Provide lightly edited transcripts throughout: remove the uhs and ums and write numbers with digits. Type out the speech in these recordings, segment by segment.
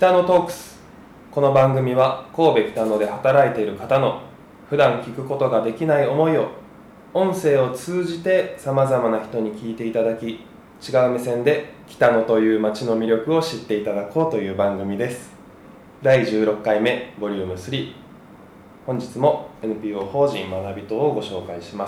北野トークス。この番組は神戸北野で働いている方の普段聞くことができない思いを音声を通じてさまざまな人に聞いていただき、違う目線で北野という街の魅力を知っていただこうという番組です。第16回目ボリューム3。本日も NPO 法人学びとをご紹介します。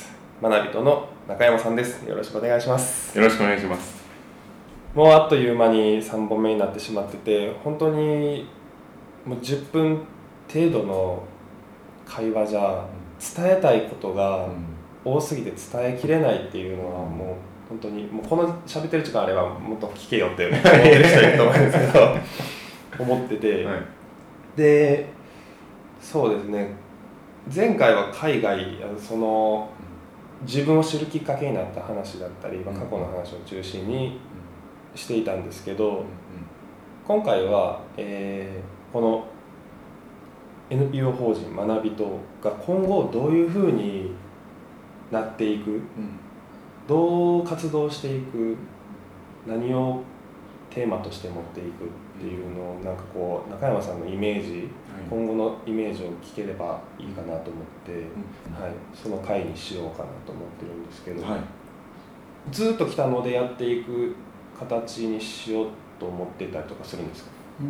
学びとの中山さんです。よろしくお願いします。 よろしくお願いします。 もうあっという間に3本目になってしまってて、本当にもう10分程度の会話じゃ伝えたいことが多すぎて伝えきれないっていうのはもう本当にもうこの喋ってる時間あればもっと聞けよって思ってる人いると思うんですけど思ってて、 はい、 でそうですね、前回は海外その自分を知るきっかけになった話だったり、過去の話を中心にしていたんですけど、今回は、この NPO 法人学びとが今後どういうふうになっていく、どう活動していく、何をテーマとして持っていくっていうのをなんかこう中山さんのイメージ、今後のイメージを聞ければいいかなと思って、はい、その回にしようかなと思ってるんですけど、はい、ずっと北野でやっていく形にしようと思ってたりとかするんですか？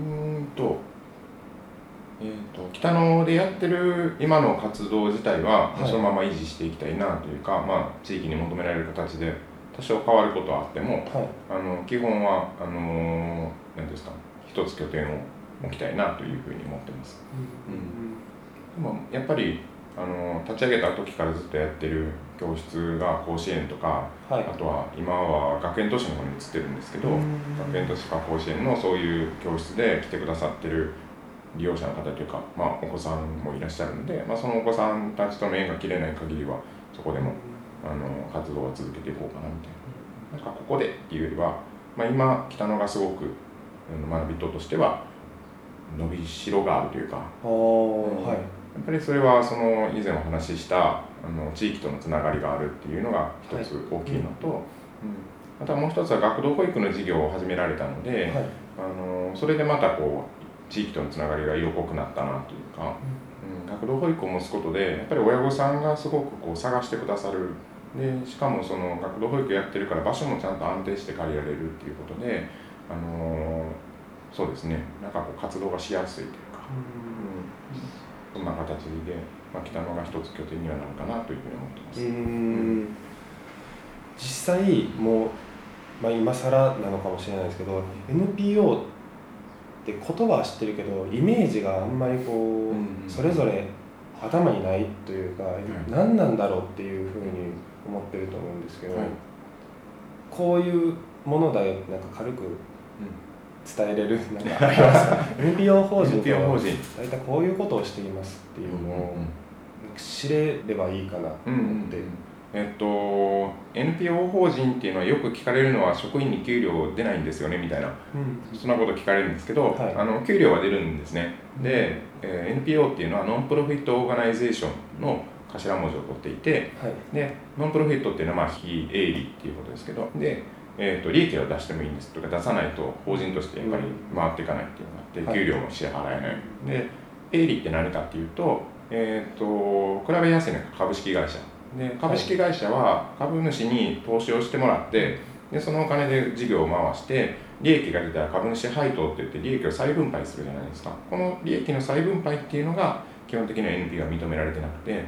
北野でやってる今の活動自体はそのまま維持していきたいなというか、地域に求められる形で多少変わることはあっても、基本は何ですか、一つ拠点を置きたいなというふうに思ってます。でもやっぱり立ち上げた時からずっとやってる教室が甲子園とか、あとは今は学園都市の方に移ってるんですけど、学園都市か甲子園のそういう教室で来てくださってる利用者の方というか、お子さんもいらっしゃるので、そのお子さんたちとの縁が切れない限りはそこでも活動を続けていこうかなみたいな。なんかここでっていうよりは、今北野がすごく学びとしては伸びしろがあるというか、やっぱりそれはその以前お話しした地域とのつながりがあるっていうのが一つ大きいのと、またもう一つは学童保育の事業を始められたので、それでまたこう地域とのつながりが色濃くなったなというか、学童保育を持つことでやっぱり親御さんがすごくこう探してくださる。でしかもその学童保育やってるから場所もちゃんと安定して借りられるっていうことで、そうですね、なんかこう活動がしやすいというか、そんな形で、北野が一つ拠点にはなるかなというふうに思ってます。 実際もう、今更なのかもしれないですけど、NPO って言葉は知ってるけどイメージがあんまりこう、それぞれ頭にないというか、何なんだろうっていうふうに思ってると思うんですけど、こういうものだよってなんか軽く伝えれるなんかありますか？NPO 法人と大体こういうことをしていますっていうのを知れればいいかなと思って。 NPO 法人っていうのはよく聞かれるのは職員に給料出ないんですよねみたいな、そんなこと聞かれるんですけど、給料は出るんですね。で、NPO っていうのはノンプロフィットオーガナイゼーションの頭文字を取っていて、でノンプロフィットっていうのは非営利っていうことですけど、で、利益を出してもいいんですとか、出さないと法人としてやっぱり回っていかないっていうのがあって、給料も支払えない。で、営利って何かっていうと、比べやすいのが株式会社で、株式会社は株主に投資をしてもらって、でそのお金で事業を回して利益が出たら株主配当っていって利益を再分配するじゃないですか。この利益の再分配っていうのが基本的には NPO は認められてなくて、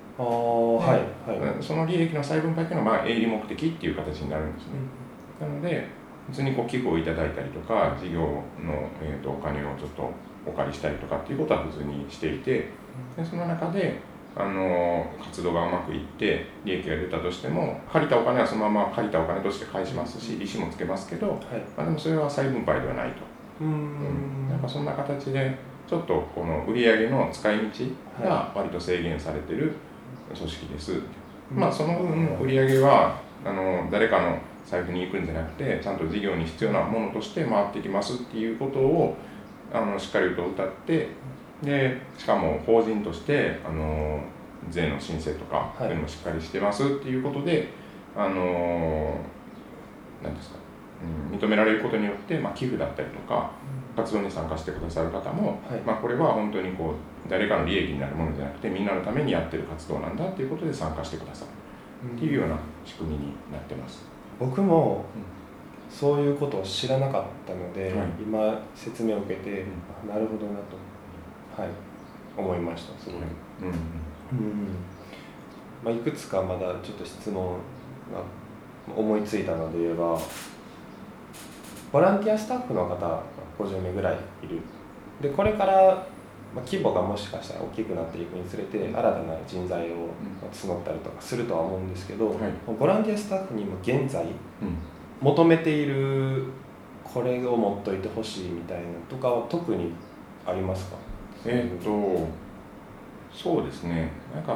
その利益の再分配っていうのは営利目的っていう形になるんですね。なので普通にこう寄付をいただいたりとか事業の、お金をちょっとお借りしたりとかっていうことは普通にしていて、でその中で活動がうまくいって利益が出たとしても、借りたお金はそのまま借りたお金として返しますし、利子もつけますけど、でもそれは再分配ではないと。なんかそんな形でちょっとこの売上の使い道が割と制限されている組織です。その分売上は誰かの財布に行くんじゃなくて、ちゃんと事業に必要なものとして回ってきますっていうことをしっかりと歌って、でしかも法人として税の申請とかそういうのもしっかりしてますっていうことで何ですか、認められることによって、寄付だったりとか、 活動に参加してくださる方も、 はい、 これは本当に誰かの利益になるものじゃなくてみんなのためにやってる活動なんだっていうことで参加してくださるっていうような仕組みになってます。 僕もそういうことを知らなかったので、今説明を受けて、なるほどなと、思いました。すごい。いくつかまだちょっと質問が思いついたので言えば、ボランティアスタッフの方が50名ぐらいいる。でこれから規模がもしかしたら大きくなっていくにつれて新たな人材を募ったりとかするとは思うんですけど、ボランティアスタッフにも現在求めているこれを持っといてほしいみたいなとかは特にありますか？ そうですね、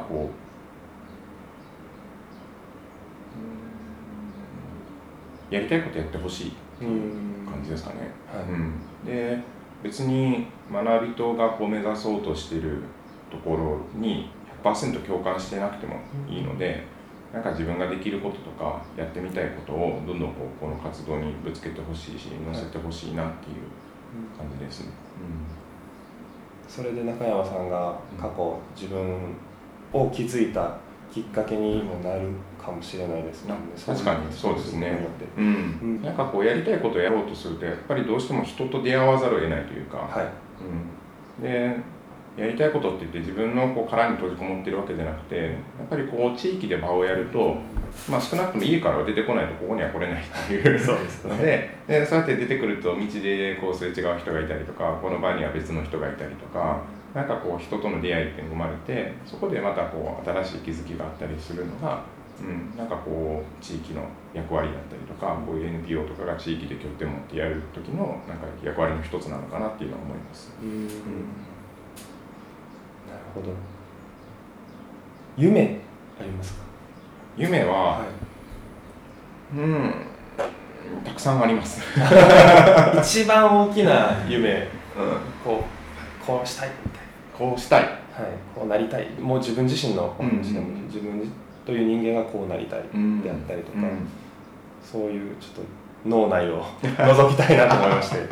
やりたいことやってほしいっていう感じですかね。で別に学びとが目指そうとしているところに 100% 共感してなくてもいいので、自分ができることとかやってみたいことをどんどんこの活動にぶつけてほしいし乗せてほしいなっていう感じですね。 それで中山さんが過去自分を気づいたきっかけにもなるかもしれないですね。 確かにそうですね。やりたいことをやろうとするとやっぱりどうしても人と出会わざるを得ないというか、でやりたいことって言って自分の殻に閉じこもってるわけじゃなくて、やっぱり地域で場をやると、少なくとも家からは出てこないとここには来れないっていうそうですね。 でそうやって出てくると道ですれ違う人がいたりとか、この場には別の人がいたりとか、人との出会いっていうのが生まれて、そこでまた新しい気づきがあったりするのが、地域の役割だったりとか、こういう NPO とかが地域で拠点を持ってやる時の役割の一つなのかなっていうのは思います。 なるほど。夢ありますか？ 夢は、たくさんあります一番大きな夢、こうしたいみたいな。 こうしたい、 こうなりたい。もう自分自身の話でも、自分という人間がこうなりたいであったりとか、そういうちょっと脳内を覗きたいなと思いまして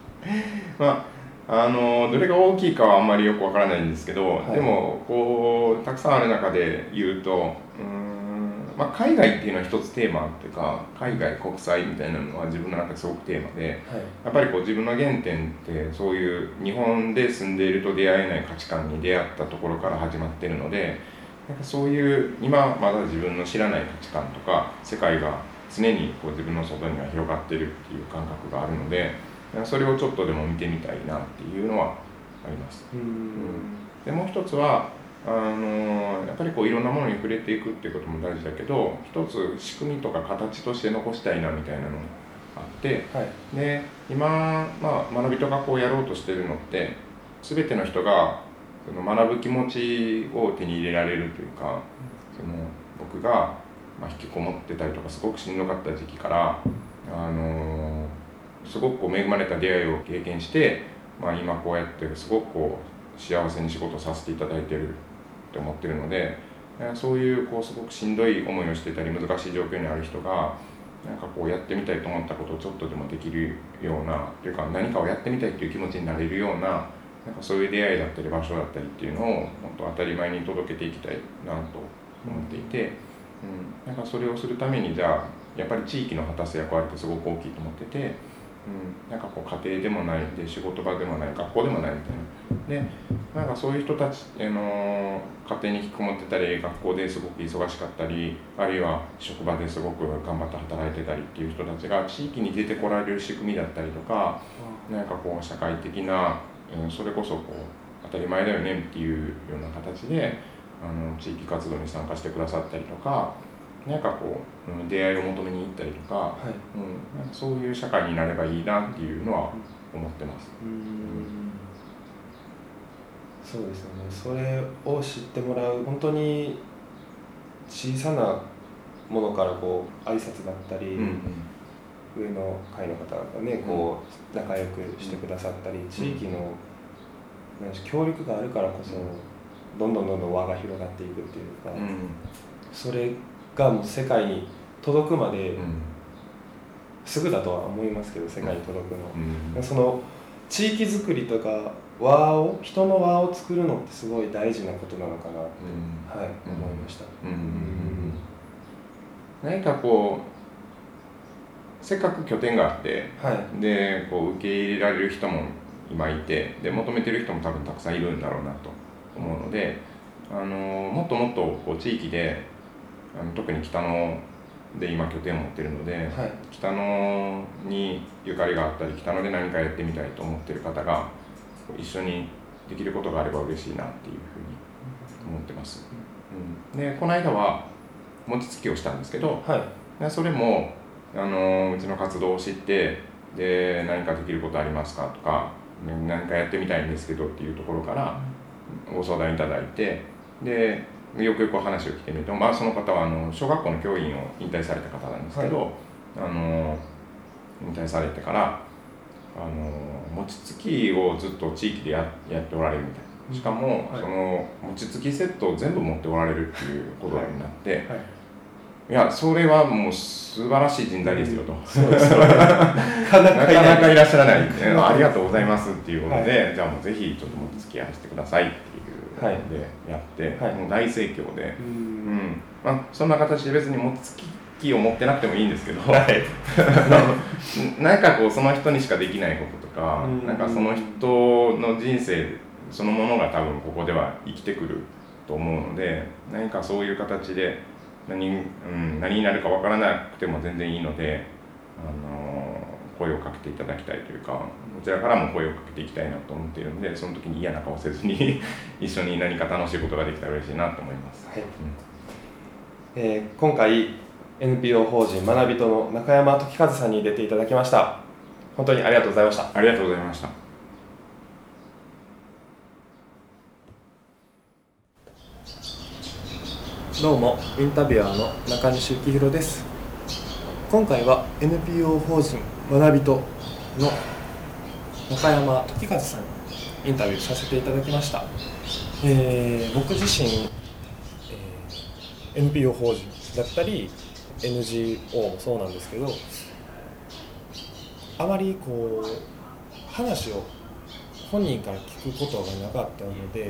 どれが大きいかはあんまりよくわからないんですけど、でもたくさんある中で言うと、海外っていうのは一つテーマっていうか、海外国際みたいなのは自分の中ですごくテーマで、やっぱり自分の原点ってそういう日本で住んでいると出会えない価値観に出会ったところから始まってるので、そういう今まだ自分の知らない価値観とか世界が常に自分の外には広がってるっていう感覚があるので、それをちょっとでも見てみたいなっていうのはあります。でもう一つはやっぱりいろんなものに触れていくっていうことも大事だけど、一つ仕組みとか形として残したいなみたいなのがあって、で今、学びとかやろうとしてるのって全ての人がその学ぶ気持ちを手に入れられるというか、僕が引きこもってたりとかすごくしんどかった時期からすごく恵まれた出会いを経験して、今こうやってすごく幸せに仕事させていただいてるって思ってるので、そういうすごくしんどい思いをしてたり難しい状況にある人がやってみたいと思ったことをちょっとでもできるようなというか、何かをやってみたいっていう気持ちになれるようなそういう出会いだったり場所だったりっていうのを本当当たり前に届けていきたいなと思っていて、それをするためにやっぱり地域の果たす役割ってすごく大きいと思ってて、家庭でもないで仕事場でもない学校でもないみたいなで、そういう人たち家庭に引きこもってたり学校ですごく忙しかったり、あるいは職場ですごく頑張って働いてたりっていう人たちが地域に出てこられる仕組みだったりとか、社会的なそれこそ当たり前だよねっていうような形で地域活動に参加してくださったりとか、出会いを求めに行ったりとか、そういう社会になればいいなっていうのは思ってます。 そうですよね。それを知ってもらう本当に小さなものから挨拶だったり、上の階の方がね仲良くしてくださったり、地域の協力があるからこそどんどん輪が広がっていくっていうか、それがもう世界に届くまで、すぐだとは思いますけど世界に届くの、その地域づくりとか人の輪を作るのってすごい大事なことなのかなって、はい、思いました。 何かこうせっかく拠点があって、 はい、 でこう受け入れられる人も今いて、で求めてる人も多分たくさんいるんだろうなと思うので、もっともっとこう地域で特に北野で今拠点を持ってるので、はい、北野にゆかりがあったり北野で何かやってみたいと思ってる方が一緒にできることがあれば嬉しいなっていうふうに思ってます、でこの間は餅つきをしたんですけど、はい、それもうちの活動を知ってで何かできることありますかとか何かやってみたいんですけどっていうところからご相談いただいて、でよくよく話を聞いてみると、その方は小学校の教員を引退された方なんですけど、はい、引退されてから餅つきをずっと地域でやっておられるみたいな、しかも、はい、その餅つきセットを全部持っておられるっていうことになって、はいはい、いやそれはもう素晴らしい人材ですよと、そうですね、なかなかいらっしゃらない、ありがとうございますっていうことで、はい、じゃあもうぜひちょっと餅つきやらせてくださいっていうのでやって、はい、もう大盛況で、そんな形で別に餅つきを持ってなくてもいいんですけど、はい、なんかこうその人にしかできないこととか、なんかその人の人生そのものが多分ここでは生きてくると思うので、何かそういう形で何になるか分からなくても全然いいので、声をかけていただきたいというか、こちらからも声をかけていきたいなと思っているので、その時に嫌な顔せずに一緒に何か楽しいことができたら嬉しいなと思います、はい。 今回NPO 法人学びとの中山時和さんに出ていただきました。本当にありがとうございました。 ありがとうございました。 どうも、インタビュアーの中西幸宏です。今回は NPO 法人学びとの中山時和さんにインタビューさせていただきました。僕自身、NPO 法人だったりNGO もそうなんですけど、あまりこう話を本人から聞くことがなかったので、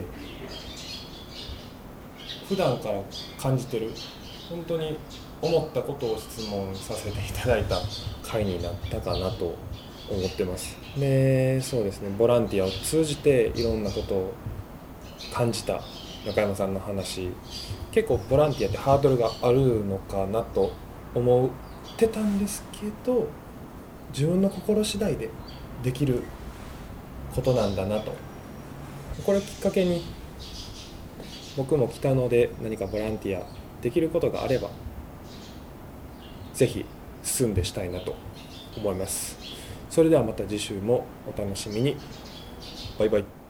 普段から感じてる本当に思ったことを質問させていただいた回になったかなと思ってます。で、そうですね、ボランティアを通じていろんなことを感じた中山さんの話、結構ボランティアってハードルがあるのかなと思ってたんですけど、自分の心次第でできることなんだなと。これをきっかけに僕も北野で何かボランティアできることがあればぜひ進んでしたいなと思います。それではまた次週もお楽しみに。バイバイ。